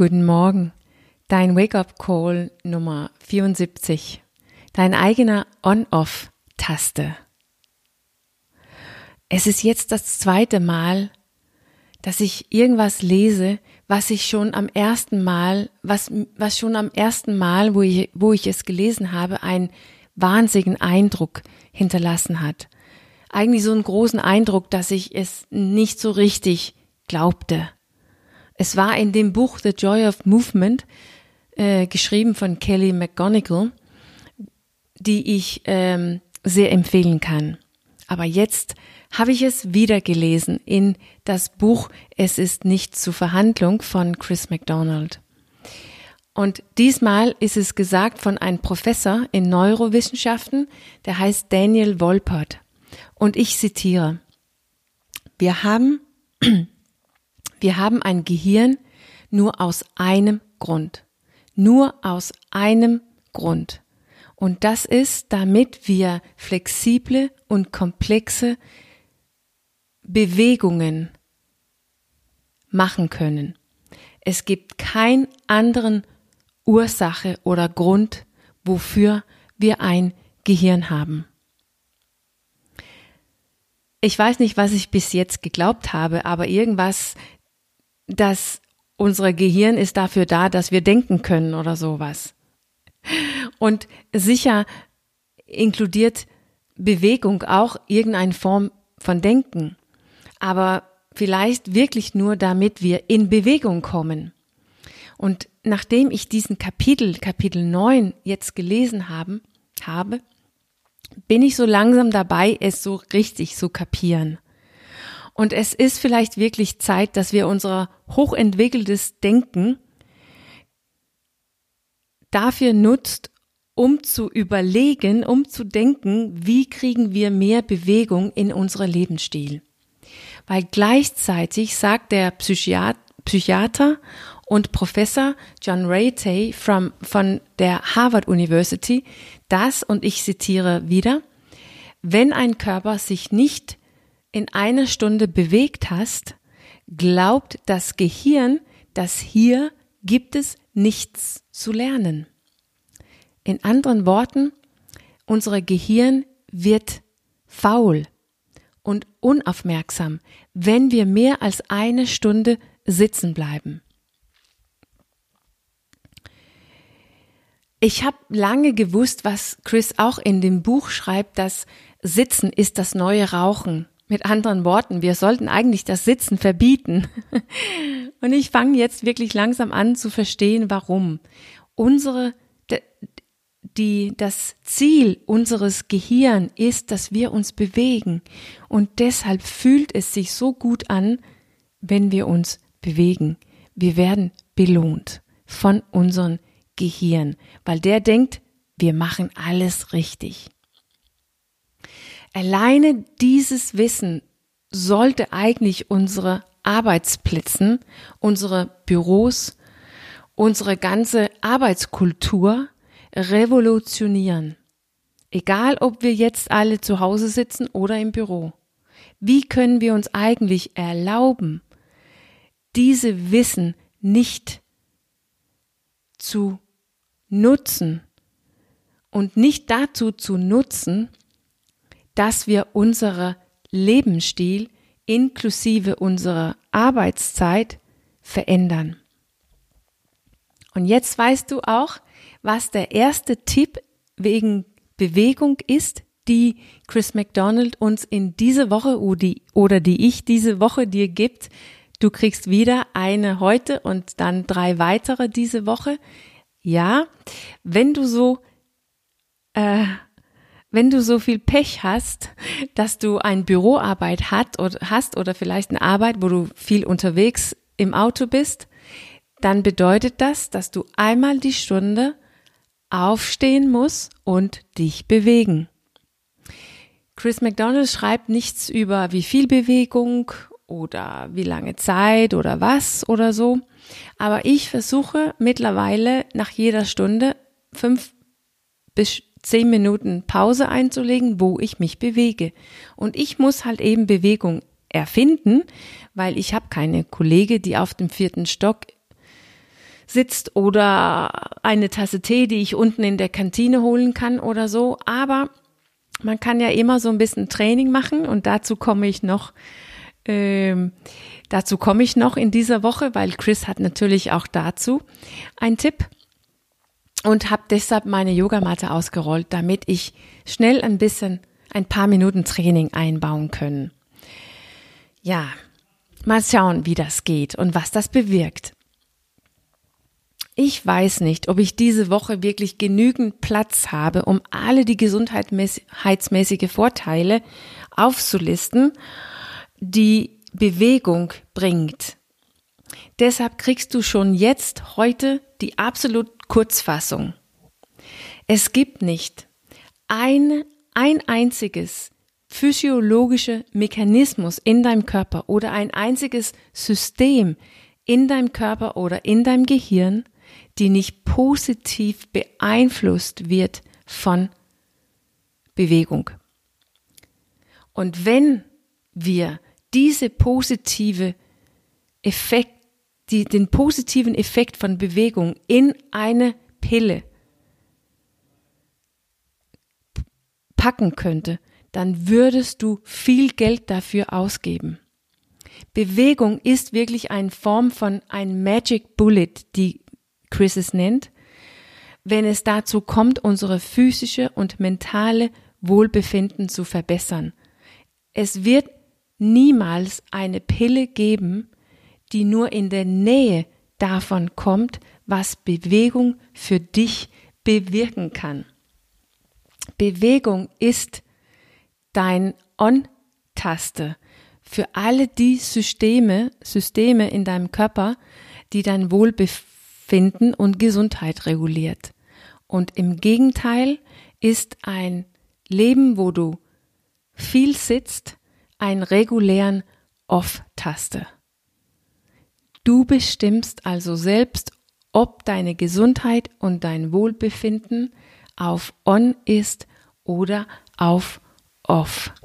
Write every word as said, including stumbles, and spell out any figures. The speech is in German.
Guten Morgen, dein Wake-up-Call Nummer vierundsiebzig, dein eigener On-Off-Taste. Es ist jetzt das zweite Mal, dass ich irgendwas lese, was ich schon am ersten Mal, was, was schon am ersten Mal, wo ich, wo ich es gelesen habe, einen wahnsinnigen Eindruck hinterlassen hat. Eigentlich so einen großen Eindruck, dass ich es nicht so richtig glaubte. Es war in dem Buch The Joy of Movement, äh, geschrieben von Kelly McGonigal, die ich ähm, sehr empfehlen kann. Aber jetzt habe ich es wieder gelesen in das Buch Es ist nicht zur Verhandlung von Chris McDonald. Und diesmal ist es gesagt von einem Professor in Neurowissenschaften, der heißt Daniel Wolpert. Und ich zitiere: Wir haben, wir haben ein Gehirn nur aus einem Grund. Nur aus einem Grund. Und das ist, damit wir flexible und komplexe Bewegungen machen können. Es gibt keinen anderen Ursache oder Grund, wofür wir ein Gehirn haben. Ich weiß nicht, was ich bis jetzt geglaubt habe, aber irgendwas, dass unser Gehirn ist dafür da, dass wir denken können oder sowas. Und sicher inkludiert Bewegung auch irgendeine Form von Denken, aber vielleicht wirklich nur, damit wir in Bewegung kommen. Und nachdem ich diesen Kapitel, Kapitel neun jetzt gelesen haben, habe, bin ich so langsam dabei, es so richtig zu kapieren. Und es ist vielleicht wirklich Zeit, dass wir unser hochentwickeltes Denken dafür nutzt, um zu überlegen, um zu denken, wie kriegen wir mehr Bewegung in unseren Lebensstil. Weil gleichzeitig sagt der Psychiat- Psychiater und Professor John Ratey from, von der Harvard University, dass, und ich zitiere wieder, wenn ein Körper sich nicht in einer Stunde bewegt hast, glaubt das Gehirn, dass hier gibt es nichts zu lernen. In anderen Worten, unser Gehirn wird faul und unaufmerksam, wenn wir mehr als eine Stunde sitzen bleiben. Ich habe lange gewusst, was Chris auch in dem Buch schreibt, dass Sitzen ist das neue Rauchen. Mit anderen Worten, wir sollten eigentlich das Sitzen verbieten. Und ich fange jetzt wirklich langsam an zu verstehen, warum. Unsere, die, das Ziel unseres Gehirns ist, dass wir uns bewegen. Und deshalb fühlt es sich so gut an, wenn wir uns bewegen. Wir werden belohnt von unserem Gehirn, weil der denkt, wir machen alles richtig. Alleine dieses Wissen sollte eigentlich unsere Arbeitsplätze, unsere Büros, unsere ganze Arbeitskultur revolutionieren. Egal, ob wir jetzt alle zu Hause sitzen oder im Büro. Wie können wir uns eigentlich erlauben, diese Wissen nicht zu nutzen und nicht dazu zu nutzen, dass wir unseren Lebensstil inklusive unserer Arbeitszeit verändern. Und jetzt weißt du auch, was der erste Tipp wegen Bewegung ist, die Chris McDonald uns in diese Woche oder die ich diese Woche dir gibt. Du kriegst wieder eine heute und dann drei weitere diese Woche. Ja, wenn du so äh, Wenn du so viel Pech hast, dass du eine Büroarbeit hat oder hast oder vielleicht eine Arbeit, wo du viel unterwegs im Auto bist, dann bedeutet das, dass du einmal die Stunde aufstehen musst und dich bewegen. Chris McDonald schreibt nichts über wie viel Bewegung oder wie lange Zeit oder was oder so, aber ich versuche mittlerweile nach jeder Stunde fünf bis zehn Minuten Pause einzulegen, wo ich mich bewege. Und ich muss halt eben Bewegung erfinden, weil ich habe keine Kollege, die auf dem vierten Stock sitzt oder eine Tasse Tee, die ich unten in der Kantine holen kann oder so. Aber man kann ja immer so ein bisschen Training machen und dazu komme ich noch, ähm, dazu komme ich noch in dieser Woche, weil Chris hat natürlich auch dazu einen Tipp und habe deshalb meine Yogamatte ausgerollt, damit ich schnell ein bisschen, ein paar Minuten Training einbauen können. Ja, mal schauen, wie das geht und was das bewirkt. Ich weiß nicht, ob ich diese Woche wirklich genügend Platz habe, um alle die gesundheitsmäßige Vorteile aufzulisten, die Bewegung bringt. Deshalb kriegst du schon jetzt heute die absolut Kurzfassung. Es gibt nicht ein, ein einziges physiologische Mechanismus in deinem Körper oder ein einziges System in deinem Körper oder in deinem Gehirn, die nicht positiv beeinflusst wird von Bewegung. Und wenn wir diese positive Effekt, die, den positiven Effekt von Bewegung in eine Pille packen könnte, dann würdest du viel Geld dafür ausgeben. Bewegung ist wirklich eine Form von ein Magic Bullet, die Chris es nennt, wenn es dazu kommt, unsere physische und mentale Wohlbefinden zu verbessern. Es wird niemals eine Pille geben, die nur in der Nähe davon kommt, was Bewegung für dich bewirken kann. Bewegung ist dein On-Taste für alle die Systeme, Systeme in deinem Körper, die dein Wohlbefinden und Gesundheit reguliert. Und im Gegenteil ist ein Leben, wo du viel sitzt, ein regulären Off-Taste. Du bestimmst also selbst, ob deine Gesundheit und dein Wohlbefinden auf On ist oder auf Off.